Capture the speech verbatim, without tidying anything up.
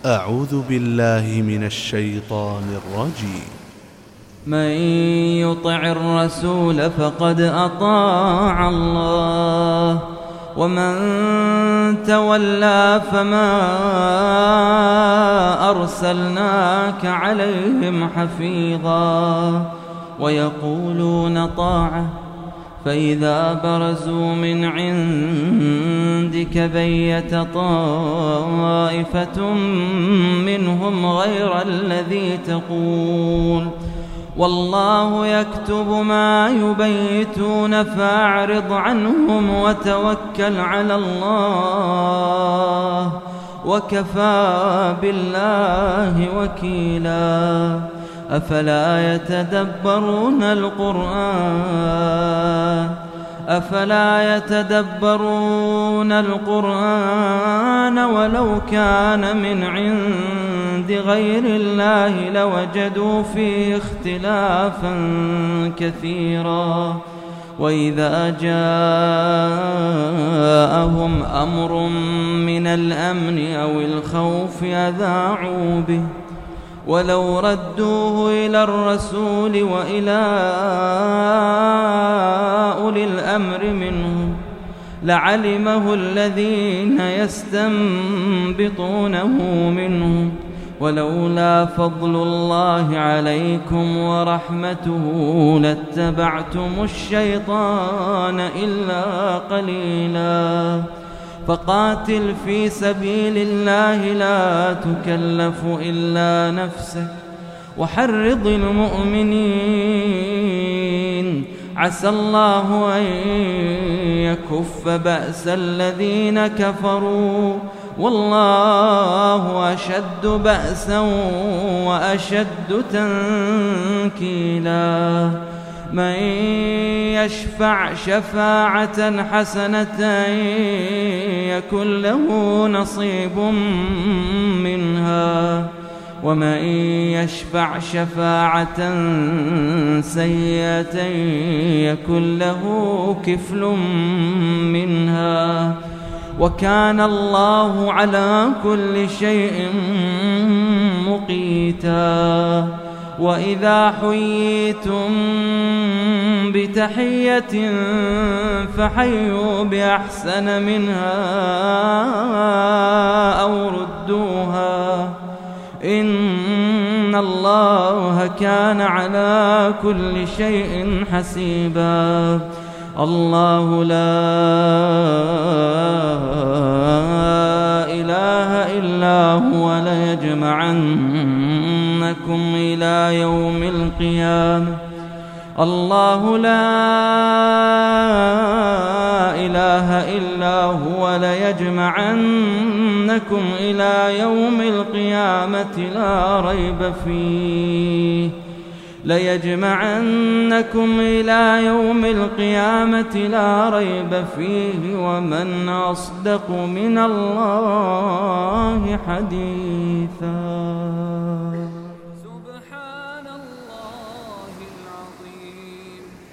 أعوذ بالله من الشيطان الرجيم. من يطع الرسول فقد أطاع الله ومن تولى فما أرسلناك عليهم حفيظا ويقولون طاعة فإذا برزوا من عندك بيت طائفة منهم غير الذي تقول والله يكتب ما يبيتون فأعرض عنهم وتوكل على الله وكفى بالله وكيلا. أفلا يتدبرون القرآن أفلا يتدبرون القرآن ولو كان من عند غير الله لوجدوا فيه اختلافا كثيرا. وإذا جاءهم أمر من الأمن أو الخوف أذاعوا به ولو ردوه إلى الرسول وإلى أولي الأمر منهم لعلمه الذين يستنبطونه منهم ولولا فضل الله عليكم ورحمته لاتبعتم الشيطان إلا قليلا. فقاتل في سبيل الله لا تكلف إلا نفسك وحرض المؤمنين عسى الله أن يكف بأس الذين كفروا والله أشد بأسا وأشد تنكيلا. من يشفع شفاعة حسنة يكن له نصيب منها ومن يشفع شفاعة سيئة يكن له كفل منها وكان الله على كل شيء مقيتا. وإذا حييتم بتحية فحيوا بأحسن منها أو ردوها إن الله كان على كل شيء حسيبا. الله لا إله إلا هو ليجمعنكم إلى يوم القيامة الله لا إله إلا هو ليجمعنكم إلى يوم القيامة لا ريب فيه ليجمعنكم إلى يوم القيامة لا ريب فيه ومن أصدق من الله حديثا.